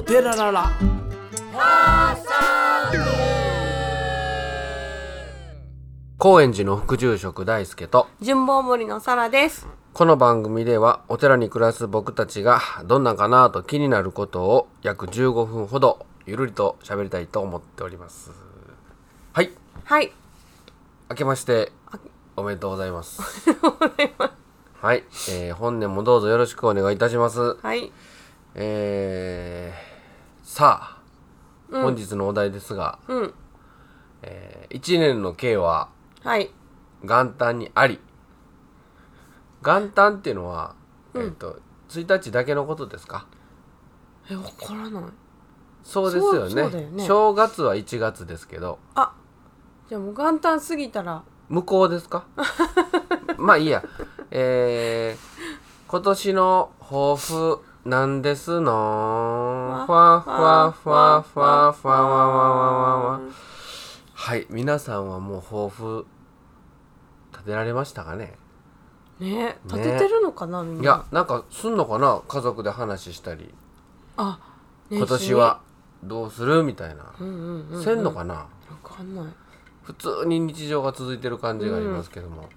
テラララ高円寺の副住職大輔と純棒森のサラです。 この番組ではお寺に暮らす僕たちがどんなんかなと気になることを約15分ほどゆるりと喋りたいと思っております。はい、 はい、 明けましておめでとうございますはい、本年もどうぞよろしくお願いいたします。 はい、 さあ、本日のお題ですが、1年の計ははい、 元旦にあり。元旦っていうのは、1日だけのことですか？ わからない。 そうですよね。 そうだよね。 正月は1月ですけど。 あ、じゃあもう元旦過ぎたら向こうですか？まあいいや。今年の抱負なんですの。ふわふわふわふわふわわわわわ。はい、皆さんはもう抱負立てられましたかね？ ね、立ててるのかな、みんな。 いや、なんかすんのかな、家族で話したり。 あ、ね、 今年はどうするみたいな、せんのかな。 わかんない。 普通に日常が続いてる感じがありますけども、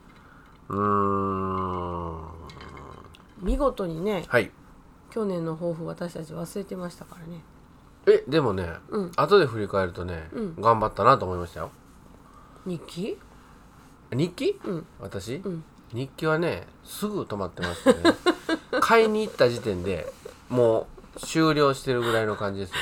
見事にね、 はい、 去年の抱負私たち忘れてましたからね。 でもね、後で振り返るとね、頑張ったなと思いましたよ。 日記？ 日記？私、日記はねすぐ止まってましたね買いに行った時点でもう終了してるぐらいの感じです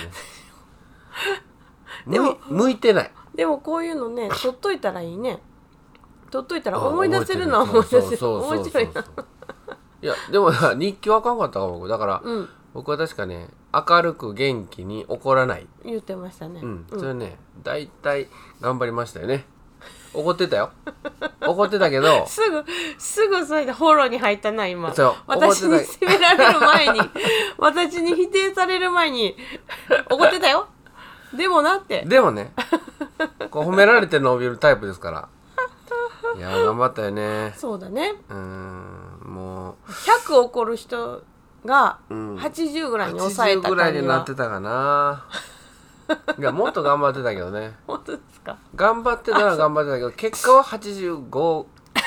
ねでも向いてない。 でもこういうのね、取っといたらいいね。取っといたら思い出せるのは思い出せる。面白いな。 いやでも日記はあかんかったか僕だから、僕は確かね、明るく元気に怒らない言ってましたね。 それね、だいたい頑張りましたよね。怒ってたよ。怒ってたけどすぐそれでフォローに入ったな今。 そう、 私に責められる前に私に否定される前に怒ってたよ。でもなって。 でもね、こう褒められて伸びるタイプですから。いや頑張ったよね。 そうだね。 もう 100怒る人が80ぐらいに抑えた感じは、 80ぐらいになってたかな。いやもっと頑張ってたけどね。 本当ですか？ 頑張ってたら頑張ってたけど結果は85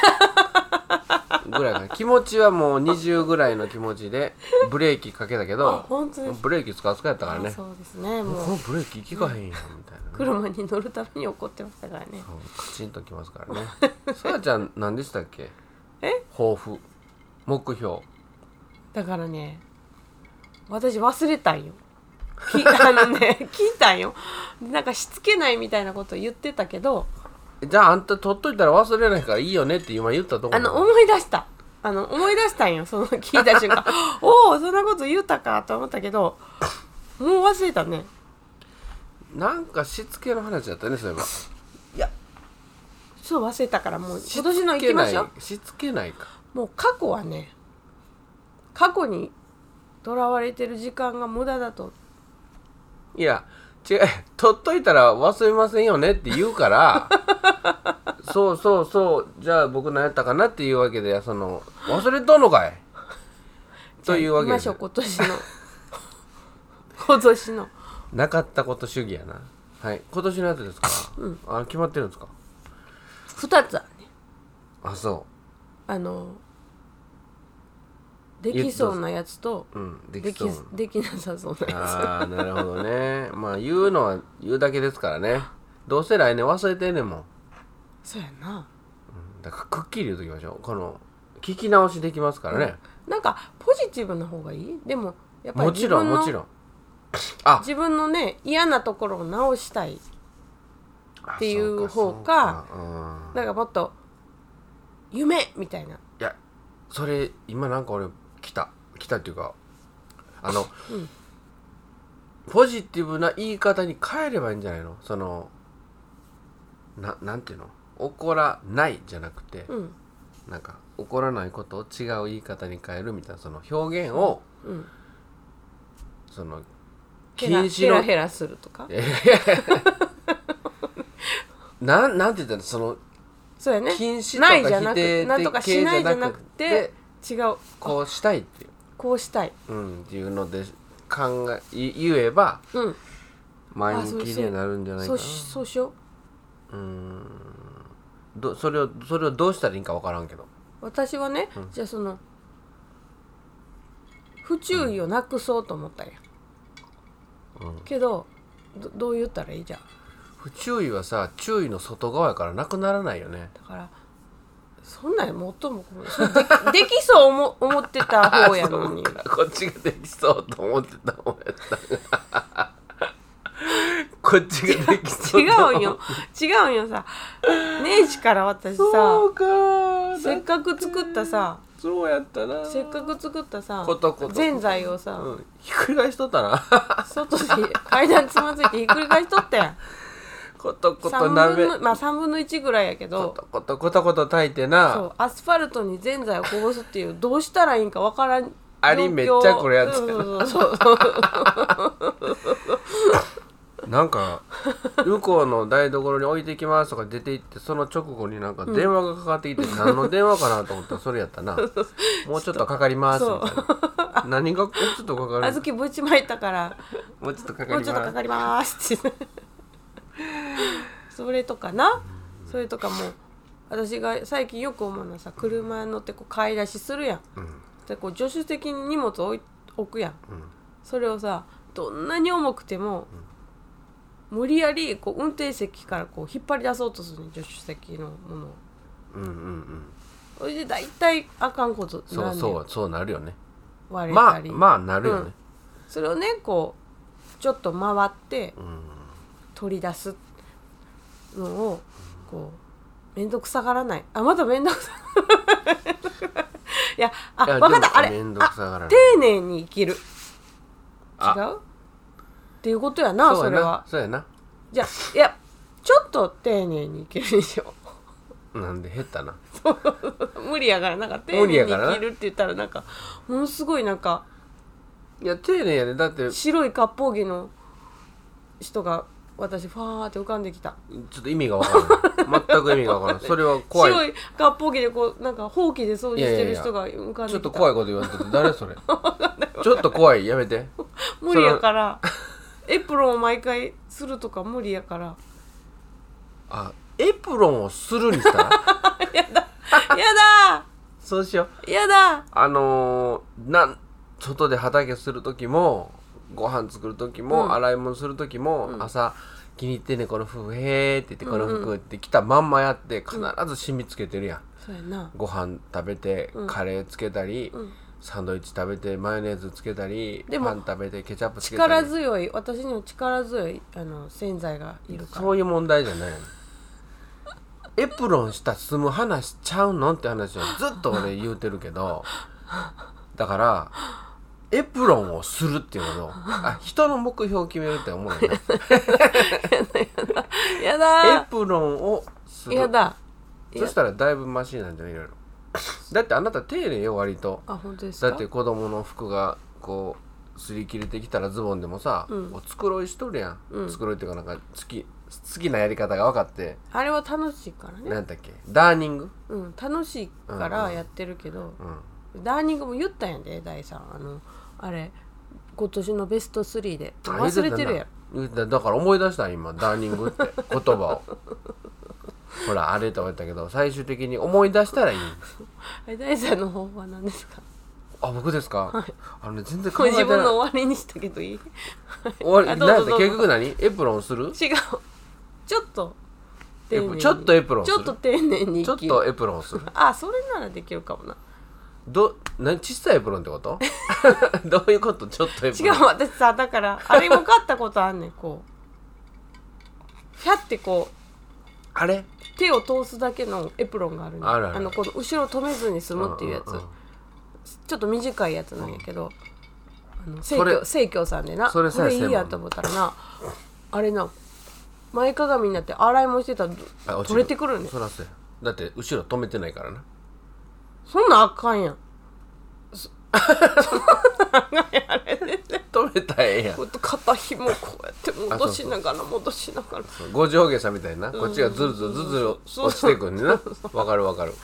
ぐらいかな。気持ちはもう20ぐらいの気持ちでブレーキかけたけど、 本当です。 ブレーキ使うやったからね。 そうですね。もうこのブレーキ効かへんやんみたいな、ね、 車に乗るために怒ってましたからね。 カチンときますからね。さやちゃん何でしたっけ？抱負、目標。 だからね、私忘れたんよ。聞いたんよ。なんかしつけないみたいなこと言ってたけど、 じゃああんた取っといたら忘れないからいいよねって今言ったところ。 思い出したんよ。その聞いた瞬間おお、そんなこと言ったかと思ったけど、もう忘れたね。 なんかしつけの話だったね、そういえば。 いや、そう忘れたから、もう今年の行きましょう。 しつけないか。 もう過去はね、過去にとらわれてる時間が無駄だと。 いや違う、取っといたら忘れませんよねって言うからそうじゃあ僕何やったかなっていうわけで、その忘れとんのかいというわけで、 行きましょう。今年のなかったこと主義やな。はい、今年のやつですか？決まってるんですか 2つあるね。 あ、そう。 できそうなやつと、できなさそうなやつ。 なるほどね。まあ言うのは言うだけですからね。どうせ来年忘れてんねんもん。 そうやな。 だからくっきり言うときましょう。この聞き直しできますからね。 なんかポジティブな方がいい。でもやっぱりもちろん自分のね、嫌なところを直したいっていう方か、なんかもっと夢みたいな。 いや、それ今なんか俺来たっていうか、ポジティブな言い方に変えればいいんじゃないの？そのなんていうの、怒らないじゃなくて、なんか怒らないことを違う言い方に変えるみたいな、その表現を、その禁止のヘラするとかなんて言ったら、そのそうやね、 禁止とか否定的なんとかしないじゃなくて、違う、 こうしたいっていう、 こうしたい、 っていうので言えば、前向きにはなるんじゃないかな。 そうしよう。それをどうしたらいいか分からんけど、 私はね、じゃあその不注意をなくそうと思ったんや、けどどう言ったらいいじゃん。 不注意はさ、注意の外側やからなくならないよね。 だからそんなんもっともできそう思ってた方やのにこっちができそうと思ってた方やったこっちができそう違うんよさ、年始から私さ、 そうか、 せっかく作ったさ、 そうやったな、 せっかく作ったさことぜんざいをさ、 ひっくり返しとったな外で階段つまずいてひっくり返しとったやん。 こと鍋 3分の1ぐらいやけど、 こと炊いてな、 そうアスファルトにぜんざいをこぼすっていう、どうしたらいいんかわからんありめっちゃこれやつそうなんか向こうの台所に置いてきますとか出て行って、その直後になんか電話がかかってきて、何の電話かなと思ったらそれやったなもうちょっとかかりますみたいな何がもうちょっとかかる、 小豆ぶちまいたからもうちょっとかかりますってそれとかな、それとかも私が最近よく思うのはさ、車乗ってこう買い出しするやん、でこう助手席に荷物置くやん、それをさ、どんなに重くても、無理やりこう運転席からこう引っ張り出そうとするね、助手席のものを。それで大体あかんことなんねん。 そうなるよね。 割れたりまあなるよね、 それをねこうちょっと回って取り出すのをこうめんどくさがらない。まだめんどくさいや分かった、あれ丁寧に生きる、違うっていうことやな。それはそうやな。 じゃあいやちょっと丁寧に生きるでしょなんで減ったな無理やから、なんか丁寧に生きるって言ったらなんかものすごいなんか、 いや丁寧やで、だって白い割烹着の人が私ファーって浮かんできた。 ちょっと意味がわからない全く意味がわからないそれは怖い。 白い割烹着でこうなんかほうきで掃除してる人が浮かんできた。 ちょっと怖いこと言われてて、誰それちょっと怖い、やめて無理やからエプロンを毎回するとか無理やから。 エプロンをするにしたらやだそうしよう。やだ外で畑する時もご飯作る時も、洗い物する時も、朝気に入ってねこの服へーって言ってこの服って来たまんまやって必ず染みつけてるやん、 そうやな。 ご飯食べてカレーつけたり、サンドイッチ食べてマヨネーズつけたり、パン食べてケチャップつけたり、 私には力強い洗剤がいるから。 そういう問題じゃないエプロンした済む話ちゃうのって話をずっと俺言うてるけどだからエプロンをするっていうのを人の目標を決めるって思うよねやだエプロンをする。 やだ。 そしたらだいぶマシになるんじゃない？いろいろ。だってあなた丁寧よ割と。 本当ですか？ だって子供の服がこう擦り切れてきたらズボンでもさ、繕いしとるやん、繕いっていうかなんか好きなやり方が分かって。 あれは楽しいからね。 なんだっけ、ダーニング、 楽しいからやってるけど、ダーニングも言ったんやで大さん、あれ今年のベスト3で忘れてるやん。だから思い出した今ダーニングって言葉をほらあれと言ったけど最終的に思い出したらいい大さんの方法は何ですか？ 僕ですか？ はい、 全然考えてない。 自分の終わりにしたけどいい？ 終わりなんて結局何？エプロンする？ 違う、ちょっとエプロンする？ ちょっと丁寧にちょっとエプロンする？ それならできるかもな。 小さいエプロンってことどういうこと？ちょっとエプロン。 違う、私さ、だからあれも買ったことあんねん。こうフャってこうあれ手を通すだけのエプロンがあるね。 あるこの後ろ止めずに済むっていうやつ、ちょっと短いやつなんやけど、生協さんでな、これいいやと思ったらな、あれな前かがみになって洗い物してたら取れてくるね。 そらそうや。だって後ろ止めてないからな。 そんなんあかんやん。 止めたらええやん。 肩ひもこうやって戻しながら五上下さみたいな、こっちがずるずる落ちてくんねんな。わかる分かった。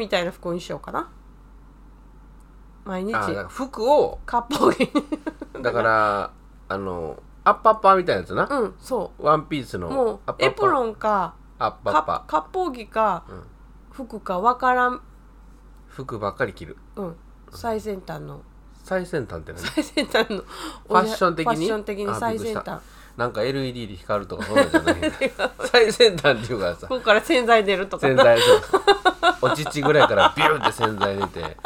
だから全部割烹着みたいな服にしようかな。 毎日だから服を割烹着だからアッパッパーみたいなやつな、 うんそうワンピースのもうエプロンかアッパッパー割烹着か、服か分からん服ばっかり着る、 最先端の最先端って何？ 最先端のファッション的にファッション的に最先端なんか LED で光るとかそんなんじゃない最先端っていうからさここから洗剤出るとか洗剤そうお乳ぐらいからビューって洗剤出て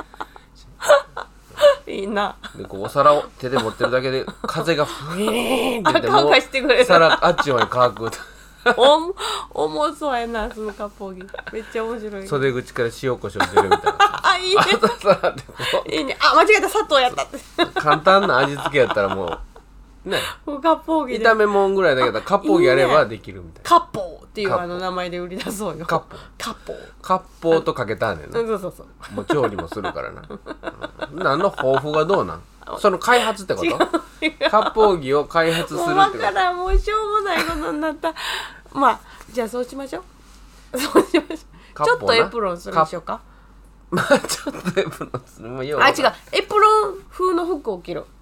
いいなでこうお皿を手で持ってるだけで風がフィーンって出て乾かしてくれる皿あっちまで乾く重そうやなその割烹着めっちゃ面白い袖口から塩コショウ出るみたいなあいいねいいねあ間違えた砂糖やったって簡単な味付けやったらもうね割烹着で炒め物ぐらいだけど割烹着やればできるみたいな割烹っていう名前で売り出そうよ割烹とかけたんねんなそうもう調理もするからな、何の抱負がどうなんその開発ってこと割烹着を開発するってこともう分からんもうしょうもないことになったまあじゃあそうしましょうそうしましょうちょっとエプロンするでしょうかまあちょっとエプロンするもうよう違うエプロン風の服を着る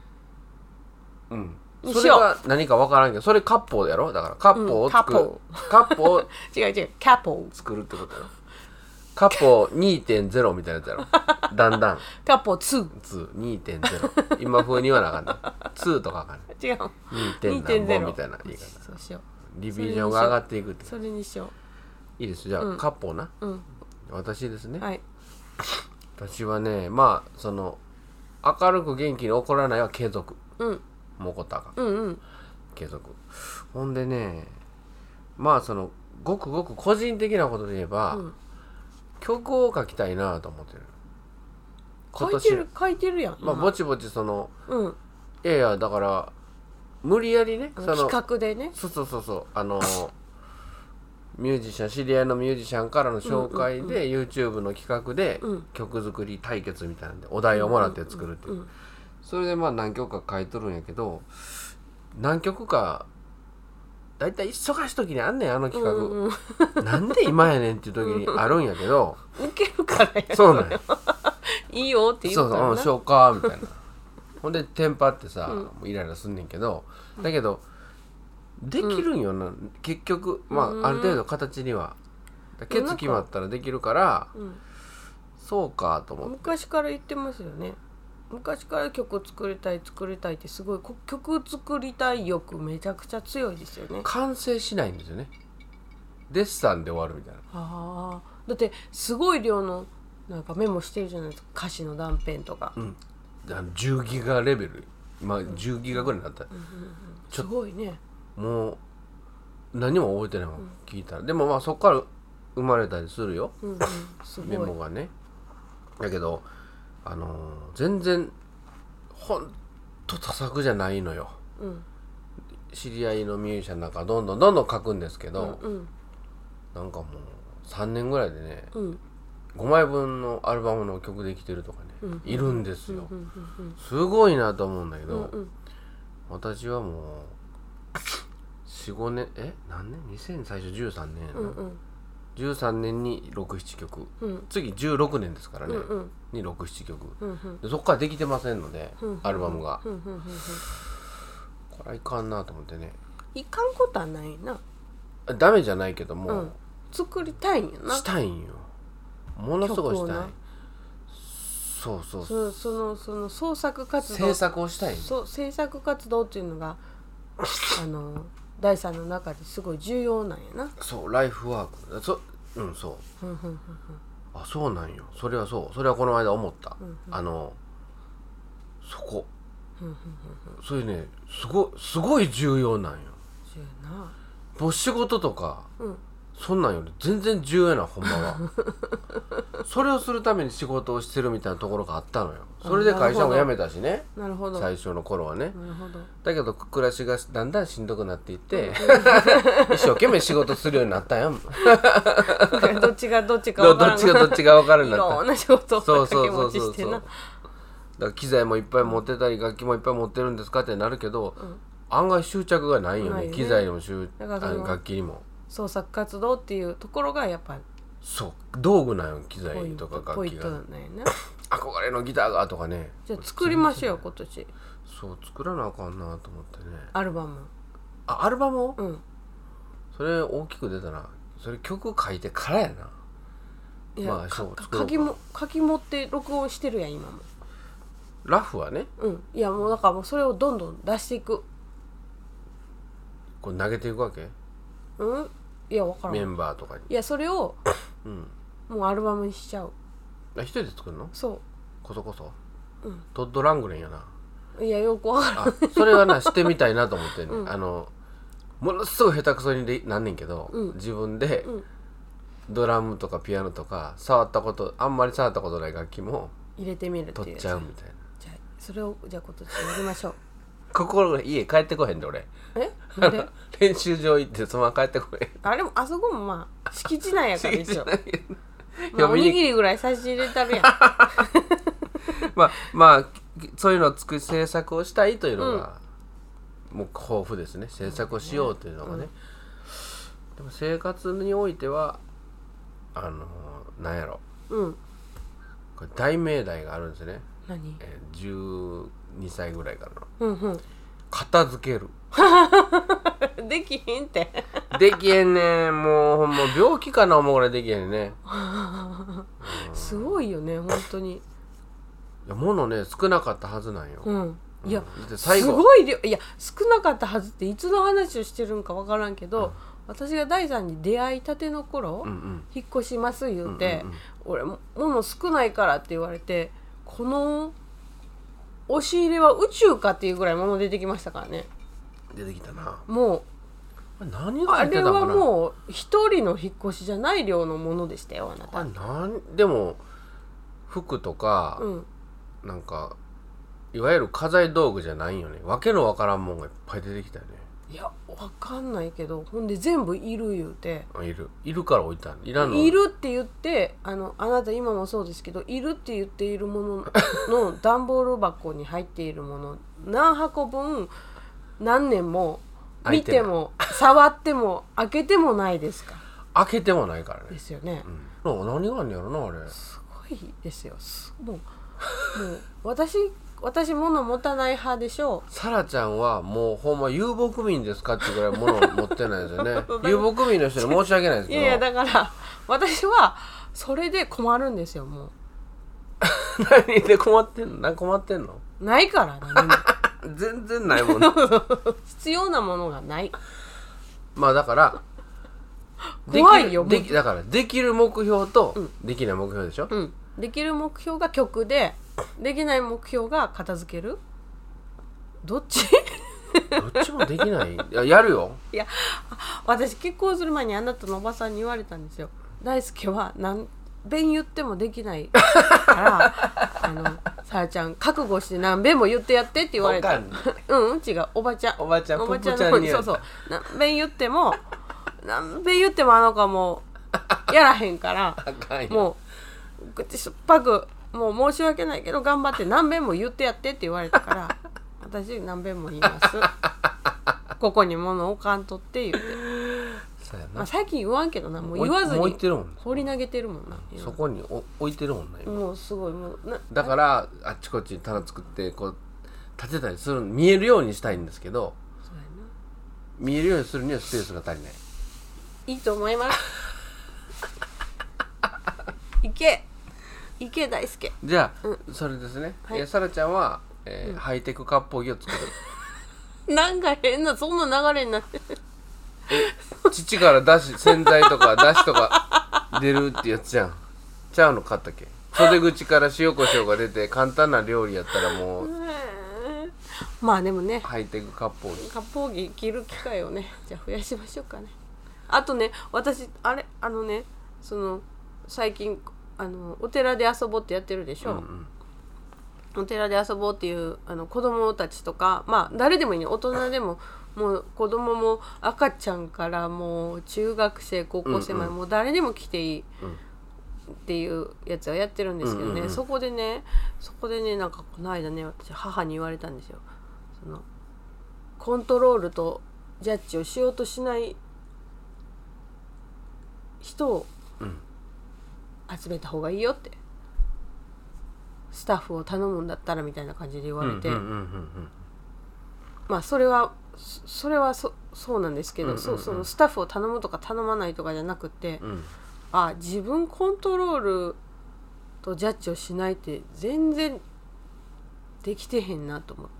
それが何か分からんけどそれ割烹やろだから割烹を作る、割烹を違うキャポ作るってことやろ割烹 2.0 みたいなやつやろだんだんキャポ2 2.0 今風にはなあかんね2とかあかんね違う 2.0 みたいな言い方そうしようリビジョンが上がっていくってそれにしよいいですじゃあ割烹な私ですねはい私はねまあその明るく元気に怒らないは継続もこたが継続ほんでねまあそのごくごく個人的なことで言えば曲を書きたいなと思ってる書いてるやんまあぼちぼちそのいやいやだから無理やりねその企画でねそうミュージシャン知り合いのミュージシャンからの紹介で YouTube の企画で曲作り対決みたいなんでお題をもらって作るっていうそれでまあ何曲か書いとるんやけど何曲かだいたい忙しい時にあんねんあの企画なんで今やねんっていう時にあるんやけどウケるからやそうなんやいいよって言うからなしようかみたいなほんでテンパってさイライラすんねんけどだけどできるんよな結局まあある程度形にはケツ決まったらできるからそうかと思って昔から言ってますよね昔から曲作りたいってすごい曲作りたい欲めちゃくちゃ強いですよね完成しないんですよねデッサンで終わるみたいなだってすごい量のなんかメモしてるじゃないですか歌詞の断片とか、 10ギガレベル今10ギガぐらいになった、 すごいねもう何も覚えてないもん、聞いたらでもまあそこから生まれたりするよ、 すごいメモがねだけど全然ほんと多作じゃないのよ、知り合いのミュージシャンなんかどんどん書くんですけど、なんかもう3年ぐらいでね、5枚分のアルバムの曲できてるとかね、いるんですよ、すごいなと思うんだけど、私はもう4,5年何年2000最初13年、13年に 6,7 曲、次16年ですからね、に 6,7 曲、でそこからできてませんので、アルバムが、これはいかんなと思ってねいかんことはないなダメじゃないけども、 作りたいんやなしたいんよものすごいしたいそうその創作活動制作をしたい制作活動っていうのが第三の中ですごい重要なんやなそうライフワークそうあそうなんよそれはこの間思った、そこそういうねすごい重要なんよもう仕事とか、そんなんより全然重要やなほんまはそれをするために仕事をしてるみたいなところがあったのよそれで会社も辞めたしねなるほど最初の頃はねなるほどだけど暮らしがだんだんしんどくなっていって一生懸命仕事するようになったやんどっちがどっちか分からんどっちが分からんなったいろんな仕事をそう掛け持ちしてなだから機材もいっぱい持ってたり楽器もいっぱい持ってるんですかってなるけど、案外執着がないよね機材にも楽器にも創作活動っていうところがやっぱりそう道具なんよ機材とか楽器がポイントなんやな憧れのギターがとかね。 じゃあ作りましょうよ今年。 そう作らなあかんなと思ってね。 アルバム。 アルバム？ うん。 それ大きく出たな。それ曲書いてからやな。 いや、まあ、書き持って録音してるやん今も。 ラフはね。 うん。いやもうだからもうそれをどんどん出していく。 これ投げていくわけ？ うん。いや分からん。 メンバーとかに。 いやそれを、 うん、 もうアルバムにしちゃう。 一人で作るの？ そう。 こそこそ。 うん。 トッド・ラングレンやな。 いやよく分からん。 それはなしてみたいなと思ってんね、 うん、 ものすごい下手くそになんねんけど、 うん、 自分でドラムとかピアノとかあんまり触ったことない楽器も入れてみるっていう取っちゃうみたいな。 じゃあそれをじゃあ今年やりましょう。 心が家帰ってこへんで俺。 なんで？ 練習場行ってそのまま帰ってこへん。 あれもあそこもまあ敷地内やから一応まあ、おにぎりぐらい差し入れたるやん。 まあそういうのを制作をしたいというのが、もう抱負ですね。制作をしようというのがね、でも生活においてはなんやろ、これ大命題があるんですね。 何 ？12歳ぐらいからの、 片付ける。 できへんってできへんねん。もうほんま病気かな思うぐらいできへんね。 すごいよね本当に。 いや物ね少なかったはずなんよ。 いや最後すごい量。いや少なかったはずっていつの話をしてるんか分からんけど、私が第三に出会いたての頃、引っ越します言うて、俺物少ないからって言われて、この押し入れは宇宙かっていうぐらい物出てきましたからね。 出てきたな。 もう何が入ってたあれかな。 はもう一人の引っ越しじゃない量のものでしたよあなた。 でも服とか、なんかいわゆる家財道具じゃないよね。わけのわからんもんがいっぱい出てきたよね。 いやわかんないけど、ほんで全部いる言うて。 いるから置いたん。いらんの。 いるって言ってあなた今もそうですけど、いるって言っているものの段ボール箱に入っているもの何箱分何年も見ても触っても開けてもないですか。 開けてもないからね。 ですよね。 何があんねやろなあれ。 すごいですよ。もう私物持たない派でしょ。 サラちゃんはもうほんま遊牧民ですかっていうぐらい物を持ってないですよね。遊牧民の人に申し訳ないですけど。 いやだから私はそれで困るんですよもう。 何で困ってんの？ ないから何も全然ないもんね。 必要なものがない。 まあだから怖いよ。 だからできる目標とできない目標でしょ。 できる目標が曲で、できない目標が片付ける。どっち？ どっちもできない。やるよ。 いや私結婚する前にあなたのおばさんに言われたんですよ。大輔は何遍言ってもできないからさやちゃん覚悟して何遍も言ってやってって言われた。違うおばちゃんおばちゃんの方にそう何遍言ってもあの子はもうやらへんからもう口酸っぱくもう申し訳ないけど頑張って何遍も言ってやってって言われたから私何遍も言いますここに物置かんとって言ってそうやな、まあ、最近言わんけどなもう言わずに放り投げてるもんな。 そこに置いてるもんな今。 もうすごいもうだからあっちこっちに棚作ってこう立てたりする見えるようにしたいんですけど、そうやな見えるようにするにはスペースが足りない。 いいと思いますいけ大輔。 じゃあ、それですね、はい、サラちゃんは、ハイテク割烹着を作る。 なんか変なそんな流れになって父から洗剤とかだしとか出るってやつじゃん。ちゃうの買ったっけ。袖口から塩コショウが出て簡単な料理やったらもうまあでもねハイテク割烹着着る機会をねじゃあ増やしましょうかね。あとね私その最近お寺で遊ぼうってやってるでしょ、お寺で遊ぼうっていう子供たちとかまあ誰でもいいね、大人でももう子供も赤ちゃんからもう中学生高校生までもう誰でも来ていいっていうやつはやってるんですけどね、そこでねなんかこの間ね私母に言われたんですよ。そのコントロールとジャッジをしようとしない人を集めた方がいいよって。 スタッフを頼むんだったらみたいな感じで言われて、まあそれはそうなんですけど、そのスタッフを頼むとか頼まないとかじゃなくて、自分コントロールとジャッジをしないって全然できてへんなと思って、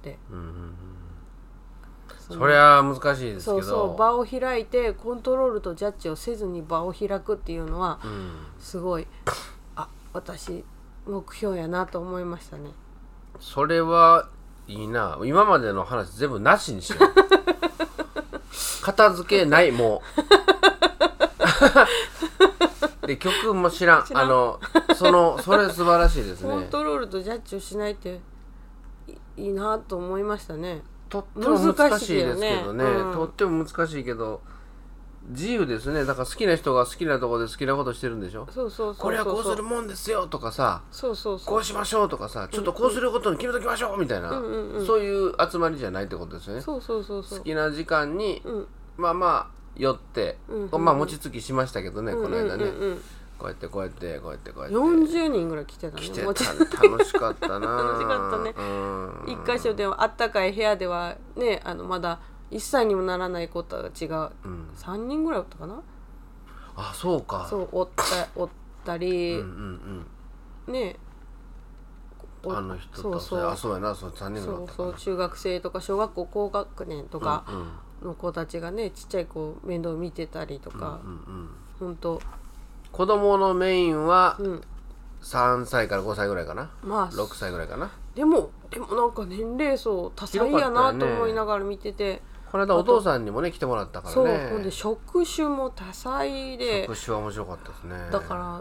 そりゃ難しいですけど、 場を開いてコントロールとジャッジをせずに場を開くっていうのは、すごい私目標やなと思いましたね。 それはいいな。今までの話全部なしにしよう片付けないもうで曲も知らんそれ素晴らしいですね。 コントロールとジャッジをしないっていいなと思いましたね。 とっても難しいですけどね、とっても難しいけど自由ですね。だから好きな人が好きなところで好きなことしてるんでしょ。これはこうするもんですよとかさ、こうしましょうとかさ、ちょっとこうすることに決めときましょうみたいな、そういう集まりじゃないってことですよね。好きな時間に、まあ寄って、餅つきしましたけどね、この間ね、こうやって 40人ぐらい来てたね。 楽しかったな楽しかったね。一箇所ではあったかい部屋ではね、まだ1歳にもならない子たちが3人ぐらいおったかな。 そうか。 おったり、ね、 あの人とそうやな、3人ぐらいおったかな。 中学生とか小学校高学年とかの子たちがね、ちっちゃい子面倒見てたりとか、本当。 子供のメインは3歳から5歳ぐらいかな、6歳ぐらいかな。でもなんか年齢層多彩やなと思いながら見てて、 この間お父さんにもね来てもらったからね。 ほんで職種も多彩で、 職種は面白かったですね。 だから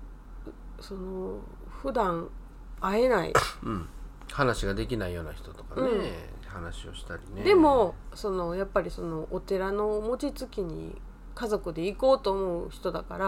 普段会えない、 話ができないような人とかね、話をしたりね。 でもやっぱりお寺の餅つきに家族で行こうと思う人だから、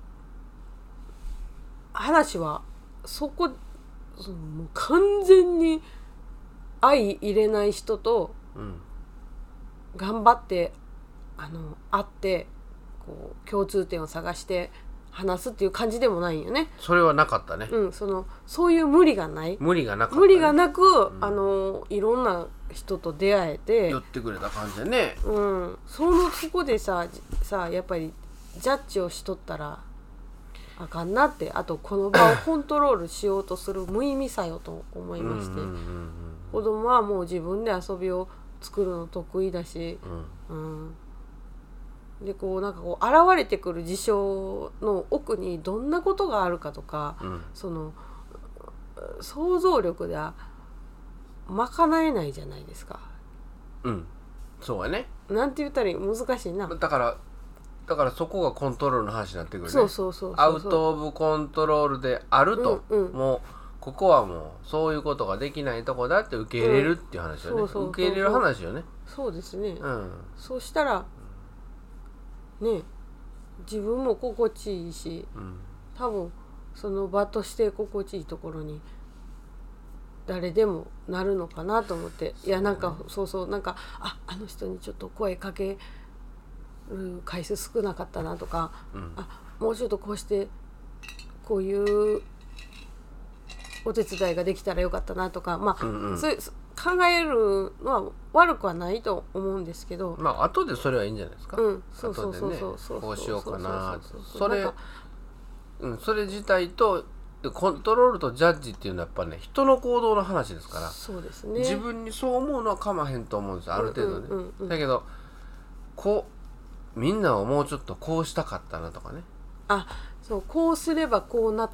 話はもう完全に相入れない人と、頑張って会ってこう共通点を探して話すっていう感じでもないんよね。 それはなかったね。 そういう無理がない。 無理がなかった、 無理がなく、いろんな人と出会えて寄ってくれた感じでね。 そこでさやっぱりジャッジをしとったらあかんなって、あとこの場をコントロールしようとする無意味さよと思いまして、子供はもう自分で遊びを作るの得意だし、でなんか現れてくる事象の奥にどんなことがあるかとか、想像力では賄えないじゃないですか。 そうやね。 なんて言ったら難しいな。 だからそこがコントロールの話になってくるね。 そうアウト・オブ・コントロールであると、もうここはもうそういうことができないとこだって受け入れるっていう話よね。受け入れる話よね。 そうですね。そうしたらね、自分も心地いいし、多分その場として心地いいところに誰でもなるのかなと思って、なんかなんかあの人にちょっと声かける回数少なかったなとか、もうちょっとこうしてこういうお手伝いができたらよかったなとか、そういう考えるのは悪くはないと思うんですけど、 後でそれはいいんじゃないですか。 そうこうしようかな、それ自体とコントロールとジャッジっていうのはやっぱね、人の行動の話ですから。 そうですね。 自分にそう思うのは構わへんと思うんですよ、ある程度ね。だけどみんなをもうちょっとこうしたかったなとかね。 こうすればこうなった。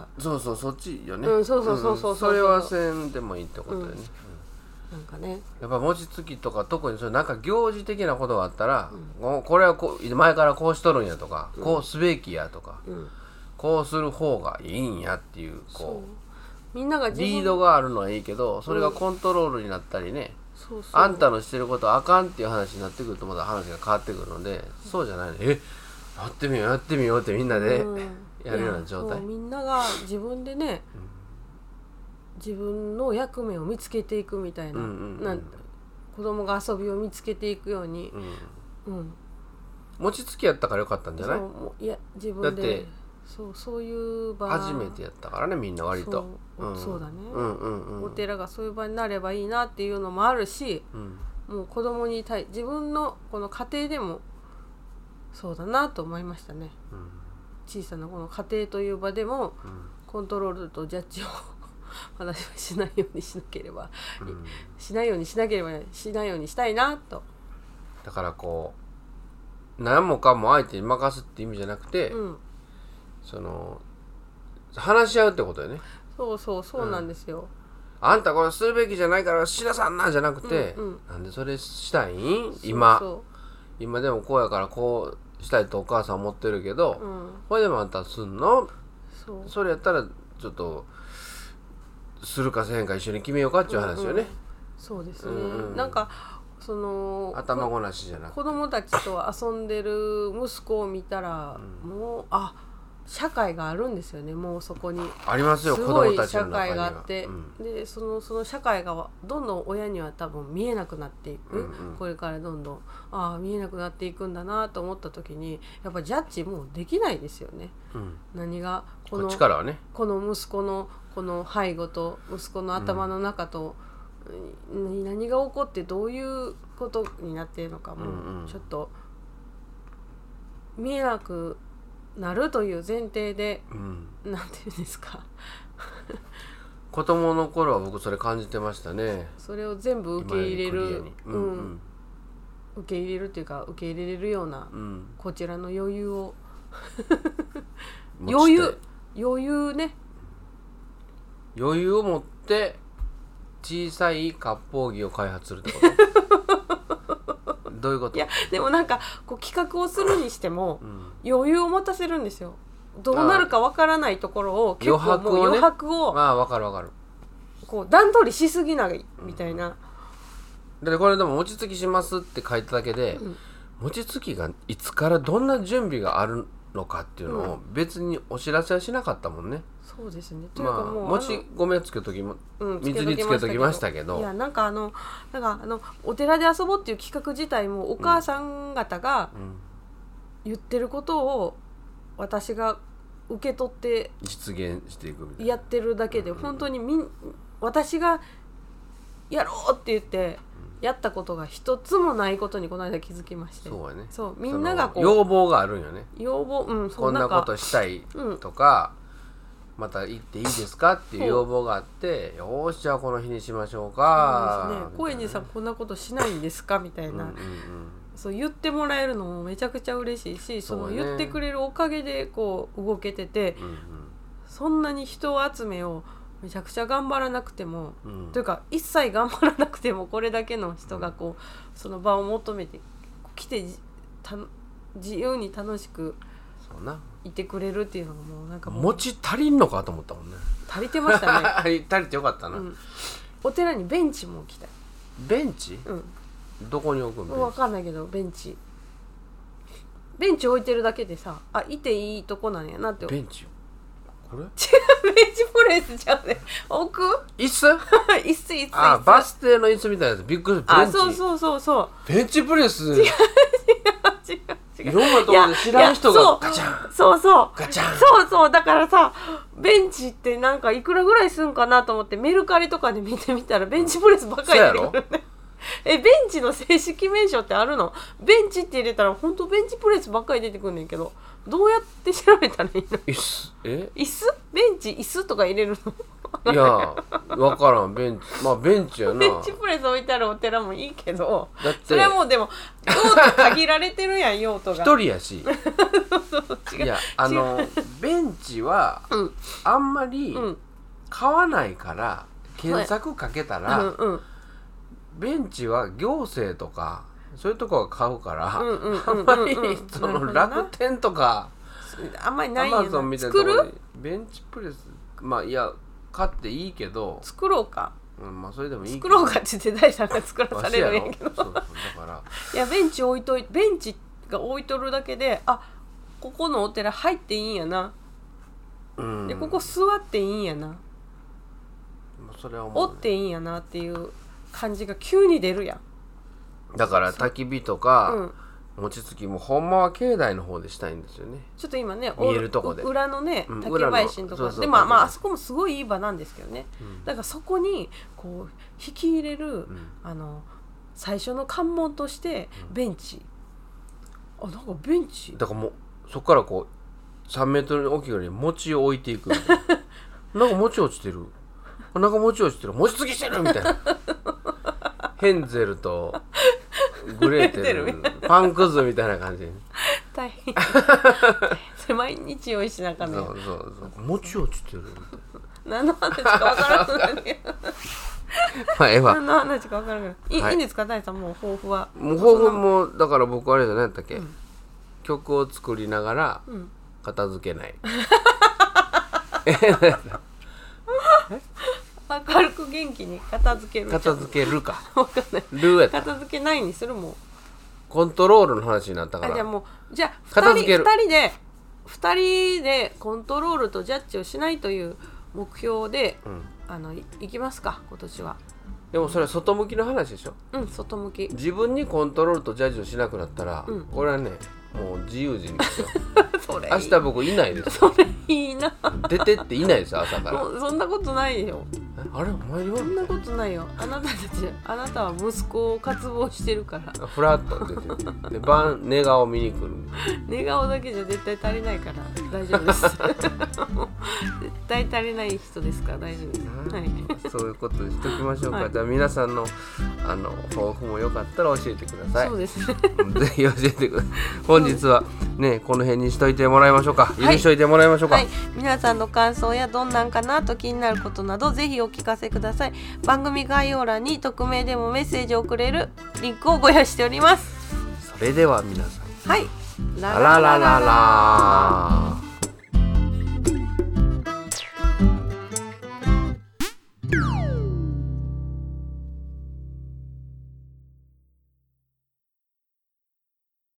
そっちよね。 それはせんでもいいってことよね。 なんかね、 やっぱ餅つきとか特になんか行事的なことがあったら、これは前からこうしとるんやとか、こうすべきやとか、こうする方がいいんやっていうみんながリードがあるのはいいけど、それがコントロールになったりね、あんたのしてることはあかんっていう話になってくるとまた話が変わってくるので、そうじゃないの。やってみようってみんなでやるような状態。 みんなが自分でね、自分の役目を見つけていくみたいな、子供が遊びを見つけていくように、 餅つきやったからよかったんじゃない？ 自分でだってそういう場初めてやったからねみんな割とそうだね、お寺がそういう場になればいいなっていうのもあるし、もう子供に自分のこの家庭でもそうだなと思いましたね、小さなこの家庭という場でも、コントロールとジャッジを私はしないようにしなければ、しないようにしたいなと。 だからこう何もかも相手に任すって意味じゃなくて、その話し合うってことよね。 そうなんですよ、 あんたこれするべきじゃないからしなさんなんじゃなくて、なんでそれしたいん今でもこうやからこうしたいとお母さん思ってるけど、これでもあんたすんの？それやったらちょっとするかせへんか一緒に決めようかっていう話よね。 そうですね、なんかその頭ごなしじゃなくて子供たちと遊んでる息子を見たら、もう社会があるんですよね。もうそこにありますよ、 す子ごい社供たちの中には会があって、でその社会がどんどん親には多分見えなくなっていく、これからどんどん見えなくなっていくんだなと思った時に、やっぱジャッジもうできないですよね、何がこっちからはね、 この息子のこの背後と息子の頭の中と、何が起こってどういうことになっているのかもちょっと見えなくなるという前提で、なんていうんですか子供の頃は僕それ感じてましたね。 それを全部受け入れる、受け入れるっていうか受け入れれるような、こちらの余裕を余裕ね、 余裕を持って小さい割烹着を開発するってことどういうこと？ いやでもなんかこう企画をするにしても、余裕を持たせるんですよ。どうなるかわからないところを結構もう余白をわかるこう段取りしすぎないみたいな、 だってこれでも餅つきしますって書いただけで、餅つきがいつからどんな準備があるのかっていうのを別にお知らせはしなかったもんね。 そうですね。というかもうもち米つけときも、水につけときましたけど、 いやなんかお寺で遊ぼうっていう企画自体もお母さん方が言ってることを私が受け取って実現していくみたいなやってるだけで、本当に私がやろうって言ってやったことが一つもないことにこの間気づきまして。 そうやね。 そうみんながこう要望があるんよね。 要望、 こんなことしたいとか、また行っていいですかっていう要望があって、よーしじゃあこの日にしましょうか。 そうですね。高円寺さんこんなことしないんですかみたいな、そう言ってもらえるのもめちゃくちゃ嬉しいし、その言ってくれるおかげでこう動けてて、そんなに人集めをめちゃくちゃ頑張らなくても、というか一切頑張らなくてもこれだけの人がこうその場を求めて来て自由に楽しくいてくれるっていうのがもうなんかもう餅足りんのかと思ったもんね。 足りてましたね足りてよかったな、 お寺にベンチも置きたい。 ベンチ？どこに置くん？ 分かんないけどベンチ置いてるだけでさ、いていいとこなんやなって。 ベンチこれ？違う、 ベンチプレスちゃうね。置く？ 椅子？ 椅子。 バス停の椅子みたいなやつ。びっくりする。ベンチ。 そうベンチプレス。 違う。 いろんなところで知らん人がガチャン。 そうガチャン。 そうだからさ、ベンチってなんかいくらぐらいすんかなと思ってメルカリとかで見てみたらベンチプレスばっかり出てくるね。ベンチの正式名称ってあるの？ベンチって入れたら本当ベンチプレスばっかり出てくんねんけど、どうやって調べたらいいの？ 椅子？ 椅子？ベンチ椅子とか入れるの？ いや分からん。ベンチ、ベンチやな。 ベンチプレス置いてあるお寺もいいけど、 だってそれはもうでも用途限られてるやん用途が。 一人やし。いやベンチはあんまり買わないから検索かけたら、ベンチは行政とかそういうとこが買うから、あんまりその楽天とかあんまりないやアマゾンみたいなところにベンチプレスいや買っていいけど作ろうか、 それでもいいけど作ろうかって言って大さんが作らされるんやけどそうだからいやベンチが置いとるだけでここのお寺入っていいんやな、でここ座っていいんやな、 それは思う、 折っていいんやなっていう感じが急に出るやん。 だから焚き火とか、 餅つきもほんまは境内の方でしたいんですよね。 ちょっと今ね見えるとこで裏のねうん竹林のところそうそうでまああそこもすごいいい場なんですけどね、 うんだからそこにこう引き入れる、 うん最初の関門としてベンチ、なんかベンチだからもうそこからこう3メートルおきぐらいに餅を置いていくみたいななんか餅落ちてるなんか餅落ちてる餅つきしてるみたいなヘンゼルとグレーテルパンくずみたいな感じ大変それ毎日用意しなあかんねんそう餅落ちてるみたい何の話か分からんのにまあええわ何の話か分からんからいいんですか大さんもう抱負はもう抱負もだから僕あれじゃないったっけ、曲を作りながら片付けない、 明るく元気に片付ける片付けるか分かんないルーやった片付けないにするもんコントロールの話になったからじゃあもうじゃあ片付ける 2人でコントロールとジャッジをしないという目標で、いきますか今年は。 でもそれは外向きの話でしょ。 外向き。 自分にコントロールとジャッジをしなくなったら、俺はねもう自由人ですよそれ明日僕いないですそれいいな出てっていないですよ朝からもうそんなことないよあれお前はそんなことないよあなたは息子を渇望してるからフラッと出てってで晩寝顔見に来る寝顔だけじゃ絶対足りないから大丈夫です絶対足りない人ですから大丈夫です、はい、 そういうことにしときましょうか、 はい、 じゃあ皆さんの抱負もよかったら教えてください。 そうですねぜひ教えてください。本日はねこの辺にしといてもらいましょうか、許しといてもらいましょうか、 はいはい、皆さんの感想やどんなんかなと気になることなどぜひお聞かせください。番組概要欄に匿名でもメッセージを送れるリンクをご用意しております。 それでは皆さん、 はい、 ラララララ